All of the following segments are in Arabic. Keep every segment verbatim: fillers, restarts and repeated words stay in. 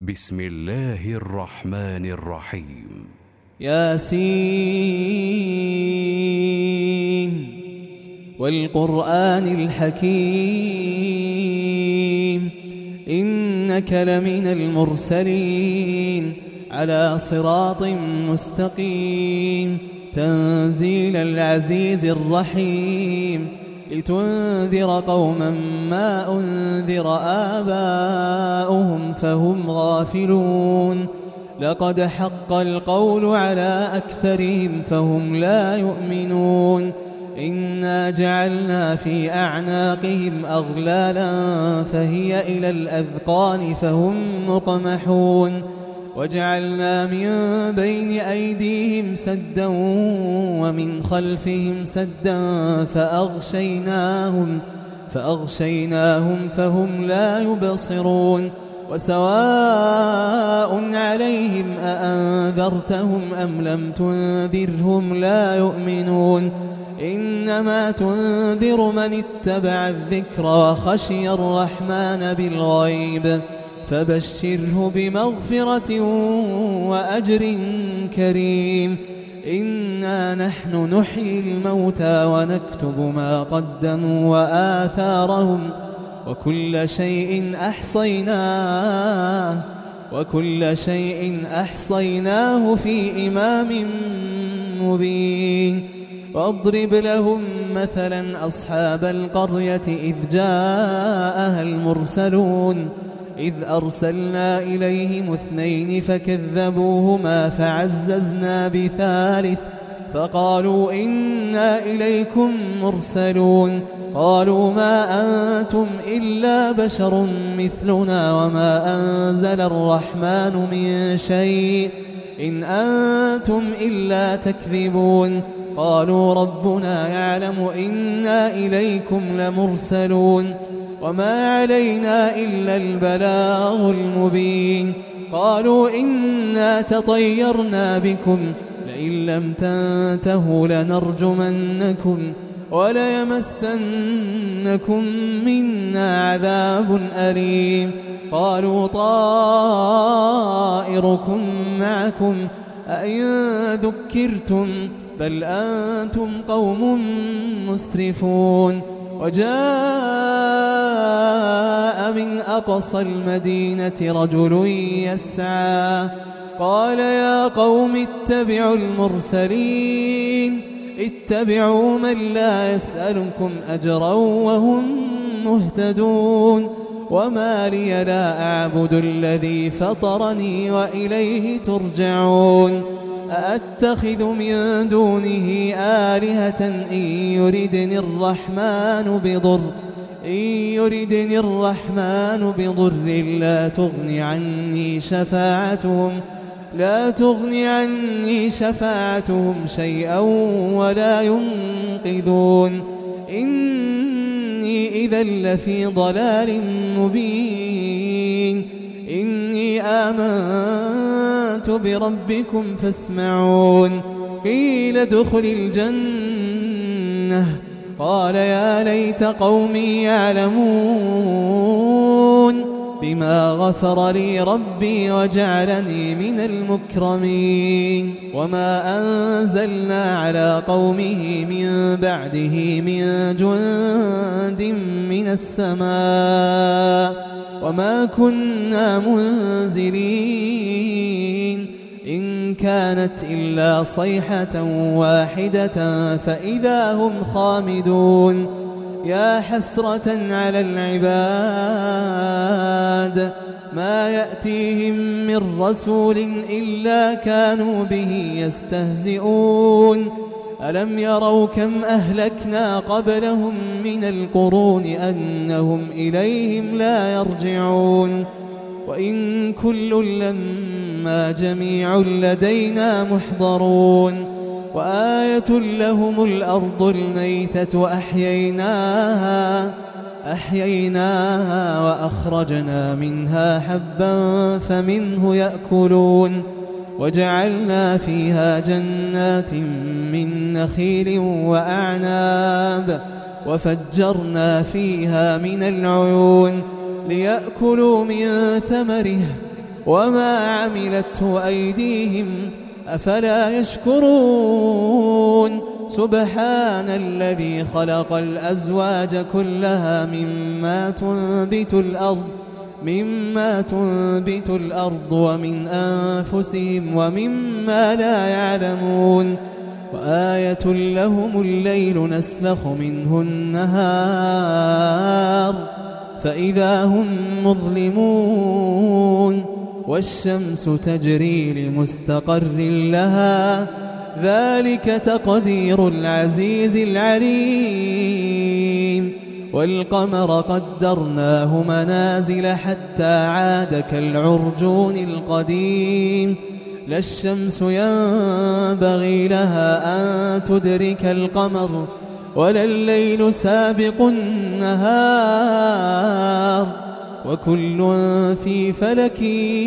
بسم الله الرحمن الرحيم. ياسين والقرآن الحكيم إنك لمن المرسلين على صراط مستقيم تنزيل العزيز الرحيم لتنذر قوما ما أنذر آباؤهم فهم غافلون لقد حق القول على أكثرهم فهم لا يؤمنون إنا جعلنا في أعناقهم أغلالا فهي إلى الأذقان فهم مقمحون وجعلنا من بين أيديهم سدا ومن خلفهم سدا فأغشيناهم, فأغشيناهم فهم لا يبصرون وسواء عليهم أأنذرتهم أم لم تنذرهم لا يؤمنون إنما تنذر من اتبع الذكر وخشي الرحمن بالغيب فبشره بمغفرة وأجر كريم إنا نحن نحيي الموتى ونكتب ما قدموا وآثارهم وكل شيء أحصيناه وكل شيء أحصيناه في إمام مبين واضرب لهم مثلا أصحاب القرية إذ جاءها المرسلون إذ أرسلنا إليهم اثنين فكذبوهما فعززنا بثالث فقالوا إنا إليكم مرسلون قالوا ما أنتم إلا بشر مثلنا وما أنزل الرحمن من شيء إن أنتم إلا تكذبون قالوا ربنا يعلم إنا إليكم لمرسلون وما علينا إلا البلاغ المبين قالوا إنا تطيرنا بكم لئن لم تنتهوا لنرجمنكم وليمسنكم منا عذاب أليم قالوا طائركم معكم أئن ذكرتم بل أنتم قوم مسرفون وجاء من أقصى المدينة رجل يسعى قال يا قوم اتبعوا المرسلين اتبعوا من لا يسألكم أجرا وهم مهتدون وما لي لا أعبد الذي فطرني وإليه ترجعون أأتخذ من دونه آلهة إن يردني الرحمن بضر إن يردني الرحمن بضر لا تغني عني شفاعتهم لا تغني عني شفاعتهم شيئا ولا ينقذون إني إذا لفي ضلال مبين إني آمنت بربكم فاسمعون قيل ادخل الجنة قال يا ليت قومي يعلمون بما غفر لي ربي وجعلني من المكرمين وما أنزلنا على قومه من بعده من جند من السماء وما كنا منزلين إن كانت إلا صيحة واحدة فإذا هم خامدون يا حسرة على العباد ما يأتيهم من رسول إلا كانوا به يستهزئون ألم يروا كم أهلكنا قبلهم من القرون أنهم إليهم لا يرجعون وإن كل لما جميع لدينا محضرون وآية لهم الأرض الميتة أحييناها أحييناها وأخرجنا منها حبا فمنه يأكلون وجعلنا فيها جنات من نخيل وأعناب وفجرنا فيها من العيون ليأكلوا من ثمره وما عملته أيديهم أفلا يشكرون سبحان الذي خلق الأزواج كلها مما تنبت الأرض مما تنبت الأرض ومن أنفسهم ومما لا يعلمون وآية لهم الليل نسلخ منه النهار فإذا هم مظلمون والشمس تجري لمستقر لها ذلك تقدير العزيز العليم والقمر قدرناه منازل حتى عاد كالعرجون القديم لا الشمس ينبغي لها أن تدرك القمر ولا الليل سابق النهار وكل في فلك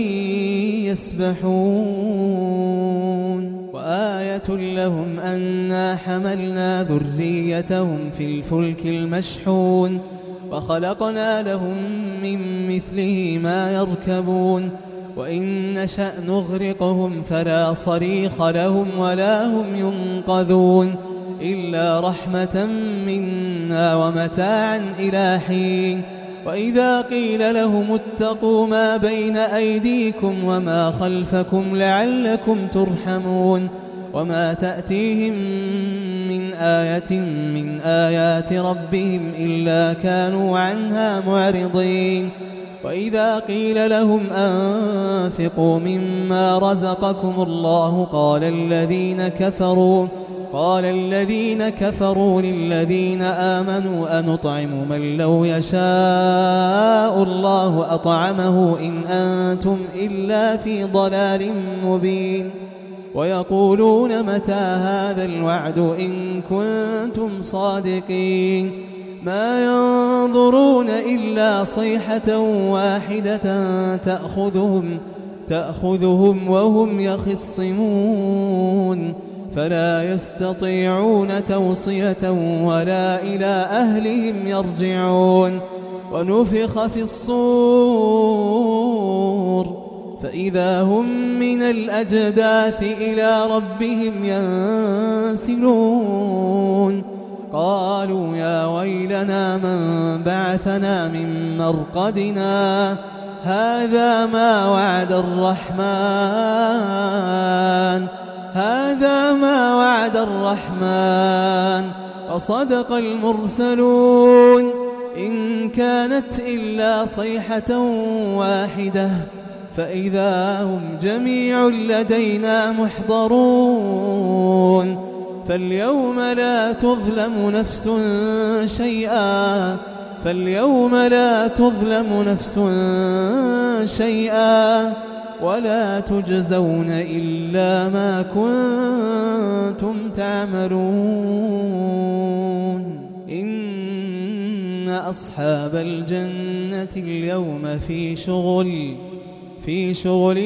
يسبحون وآية لهم أنا حملنا ذريتهم في الفلك المشحون وخلقنا لهم من مثله ما يركبون وإن نشأ نغرقهم فلا صريخ لهم ولا هم ينقذون إلا رحمة منا ومتاعا إلى حين وإذا قيل لهم اتقوا ما بين أيديكم وما خلفكم لعلكم ترحمون وما تأتيهم من آية من آيات ربهم إلا كانوا عنها معرضين وإذا قيل لهم أنفقوا مما رزقكم الله قال الذين كفروا قال الذين كفروا للذين آمنوا أنطعم من لو يشاء الله أطعمه إن أنتم إلا في ضلال مبين ويقولون متى هذا الوعد إن كنتم صادقين ما ينظرون إلا صيحة واحدة تأخذهم تأخذهم وهم يخصمون فلا يستطيعون توصية ولا إلى أهلهم يرجعون ونفخ في الصور فإذا هم من الأجداث إلى ربهم ينسلون قالوا يا ويلنا من بعثنا من مرقدنا هذا ما وعد الرحمن هذا ما وعد الرحمن وصدق المرسلون إن كانت إلا صيحة واحدة فإذا هم جميع لدينا محضرون فاليوم لا تظلم نفس شيئا فاليوم لا تظلم نفس شيئا ولا تجزون إلا ما كنتم تعملون إن أصحاب الجنة اليوم في شغل في شغل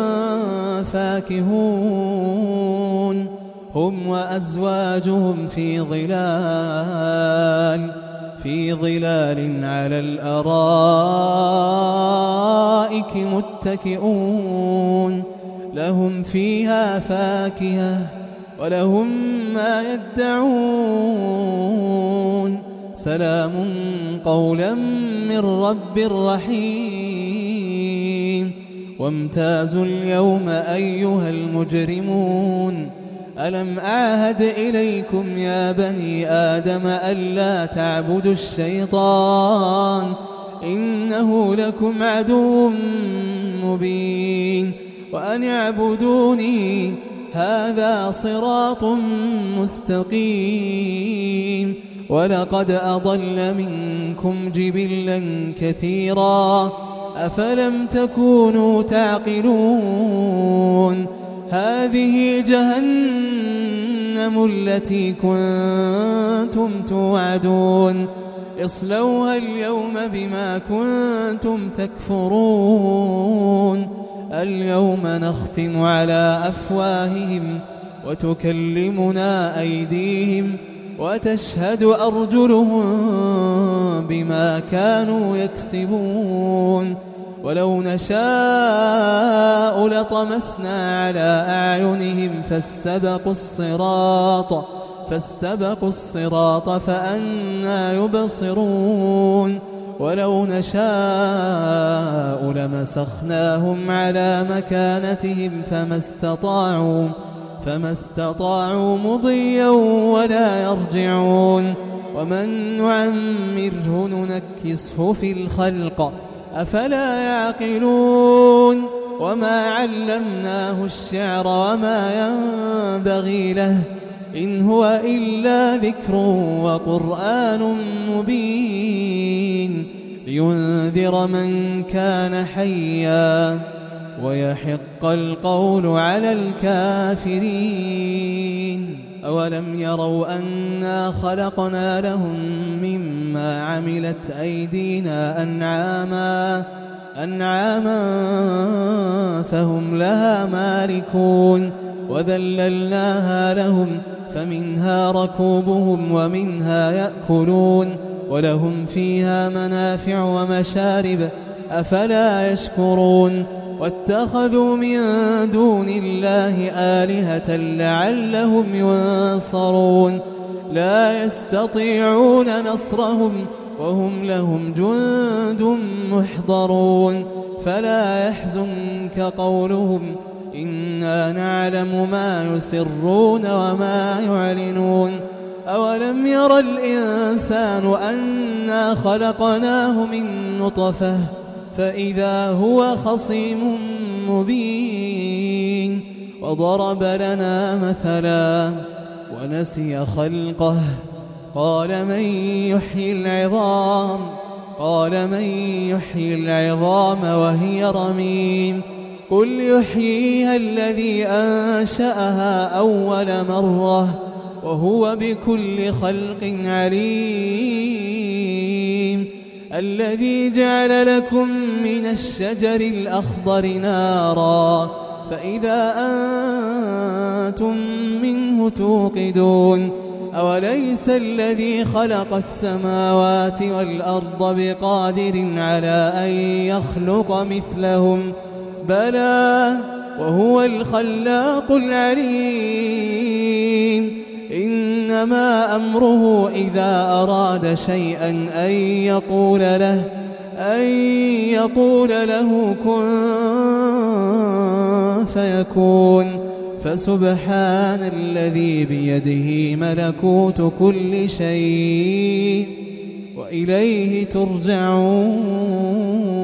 فاكهون هم وأزواجهم في ظلال في ظلال على الأرائك متكئون لهم فيها فاكهة ولهم ما يدعون سلام قولا من رب رحيم وامتازوا اليوم أيها المجرمون ألم أعهد إليكم يا بني آدم ألا تعبدوا الشيطان إنه لكم عدو مبين وأن اعبدوني هذا صراط مستقيم ولقد أضل منكم جبلا كثيرا أفلم تكونوا تعقلون هذه جهنم التي كنتم توعدون اصلوها اليوم بما كنتم تكفرون اليوم نختم على أفواههم وتكلمنا أيديهم وتشهد أرجلهم بما كانوا يكسبون ولو نشاء لطمسنا على أعينهم فاستبقوا الصراط فاستبقوا الصراط فأنى يبصرون ولو نشاء لمسخناهم على مكانتهم فما استطاعوا فما استطاعوا مضيا ولا يرجعون ومن نعمره ننكسه في الخلق أفلا يعقلون وما علمناه الشعر وما ينبغي له إن هو إلا ذكر وقرآن مبين لينذر من كان حيا ويحق القول على الكافرين أولم يروا أنا خلقنا لهم مما عملت أيدينا أنعاما أنعاما فهم لها مالكون وذللناها لهم فمنها ركوبهم ومنها يأكلون ولهم فيها منافع ومشارب أفلا يشكرون واتخذوا من دون الله آلهة لعلهم ينصرون لا يستطيعون نصرهم وهم لهم جند محضرون فلا يحزنك قولهم إنا نعلم ما يسرون وما يعلنون أولم ير الإنسان أنا خلقناه من نطفة فإذا هو خصيم مبين وضرب لنا مثلا ونسي خلقه قال من يحيي العظام قال من يحيي العظام وهي رميم قل يحييها الذي أنشأها أول مرة وهو بكل خلق عليم الذي جعل لكم من الشجر الأخضر نارا فإذا أنتم منه توقدون أوليس الذي خلق السماوات والأرض بقادر على أن يخلق مثلهم بلى وهو الخلاق العليم إنما أمره إذا أراد شيئا أن يقول له أن يقول له كن فيكون فسبحان الذي بيده ملكوت كل شيء وإليه ترجعون.